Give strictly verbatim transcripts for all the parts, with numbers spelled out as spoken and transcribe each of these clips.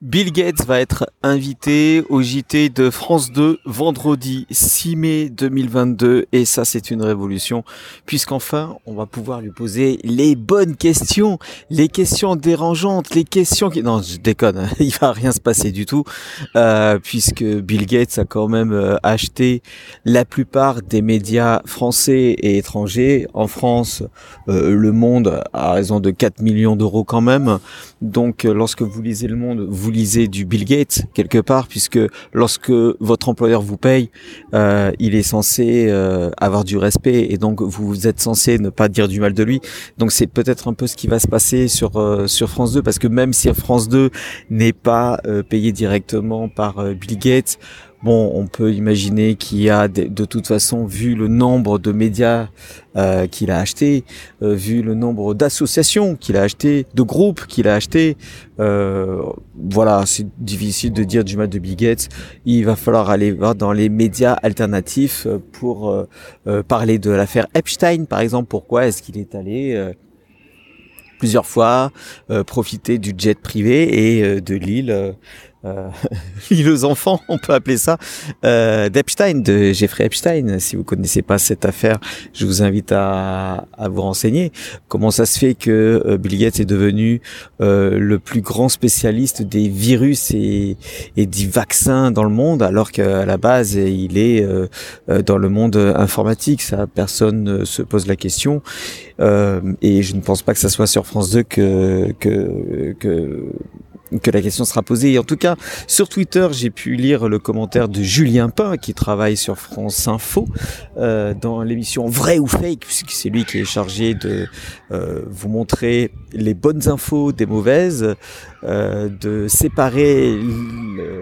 Bill Gates va être invité au J T de France deux vendredi six mai deux mille vingt-deux et ça c'est une révolution puisqu'enfin on va pouvoir lui poser les bonnes questions, les questions dérangeantes, les questions qui... Non je déconne, hein, il va rien se passer du tout euh, puisque Bill Gates a quand même euh, acheté la plupart des médias français et étrangers. En France, euh, Le Monde a raison de quatre millions d'euros quand même. Donc euh, lorsque vous lisez Le Monde, vous lisez du Bill Gates quelque part, puisque lorsque votre employeur vous paye, euh, il est censé euh, avoir du respect et donc vous êtes censé ne pas dire du mal de lui. Donc c'est peut-être un peu ce qui va se passer sur euh, sur France deux, parce que même si France deux n'est pas euh, payé directement par euh, Bill Gates, bon, on peut imaginer qu'il y a de, de toute façon, vu le nombre de médias euh, qu'il a acheté, euh, vu le nombre d'associations qu'il a acheté, de groupes qu'il a acheté, euh, voilà, c'est difficile de dire du mal de Bill Gates. Il va falloir aller voir dans les médias alternatifs pour euh, euh, parler de l'affaire Epstein, par exemple. Pourquoi est-ce qu'il est allé euh, plusieurs fois euh, profiter du jet privé et euh, de l'île euh, Euh, l'île aux enfants, on peut appeler ça, euh, d'Epstein, de Jeffrey Epstein. Si vous connaissez pas cette affaire, je vous invite à, à vous renseigner. Comment ça se fait que euh, Bill Gates est devenu euh, le plus grand spécialiste des virus et, et des vaccins dans le monde, alors qu'à la base il est euh, dans le monde informatique. Ça, personne ne se pose la question. Euh, et je ne pense pas que ça soit sur France deux que que que que la question sera posée. Et en tout cas, sur Twitter, j'ai pu lire le commentaire de Julien Pain, qui travaille sur France Info, euh, dans l'émission Vrai ou Fake, puisque c'est lui qui est chargé de euh, vous montrer les bonnes infos des mauvaises, euh, de séparer le,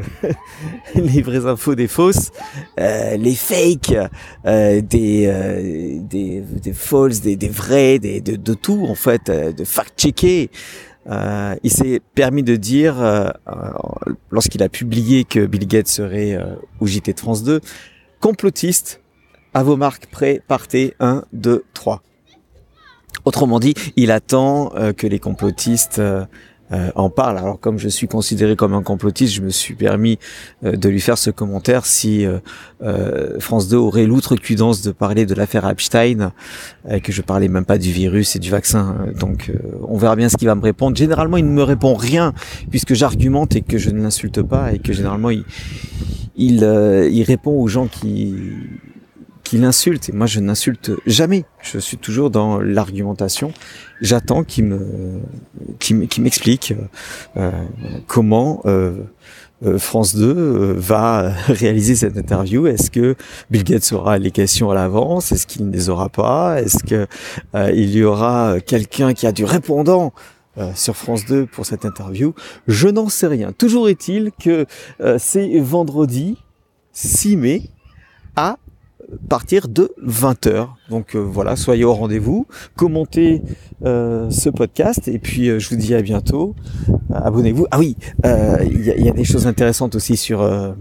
les vraies infos des fausses, euh, les fakes euh, des, euh, des des fausses, des, des vrais, des, de, de tout en fait, euh, de fact-checker. Euh, il s'est permis de dire, euh, euh, lorsqu'il a publié que Bill Gates serait euh, au J T de France deux, complotiste, à vos marques, prêts, partez, un, deux, trois. Autrement dit, il attend euh, que les complotistes euh, euh, en parlent. Alors comme je suis considéré comme un complotiste, je me suis permis euh, de lui faire ce commentaire si euh, euh, France deux aurait l'outrecuidance de parler de l'affaire Epstein, euh, que je parlais même pas du virus et du vaccin. Donc euh, on verra bien ce qu'il va me répondre. Généralement il ne me répond rien puisque j'argumente et que je ne l'insulte pas, et que généralement il il, euh, il répond aux gens qui qui l'insulte, et moi je n'insulte jamais. Je suis toujours dans l'argumentation. J'attends qu'il me qu'il, qu'il m'explique euh, comment euh, euh, France deux euh, va réaliser cette interview. Est-ce que Bill Gates aura les questions à l'avance? Est-ce qu'il ne les aura pas? Est-ce que euh, il y aura quelqu'un qui a du répondant Euh, sur France deux pour cette interview? Je n'en sais rien. Toujours est-il que euh, c'est vendredi six mai à partir de vingt heures. Donc euh, voilà, soyez au rendez-vous, commentez euh, ce podcast, et puis euh, je vous dis à bientôt. Euh, abonnez-vous. Ah oui, il euh, y, y a des choses intéressantes aussi sur euh,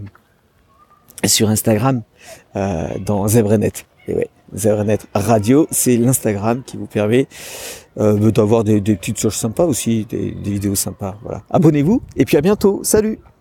sur Instagram, euh, dans ZebraNet. Et ouais, ZebraNet Radio, c'est l'Instagram qui vous permet euh, d'avoir des, des petites choses sympas aussi, des, des vidéos sympas. Voilà. Abonnez-vous et puis à bientôt. Salut.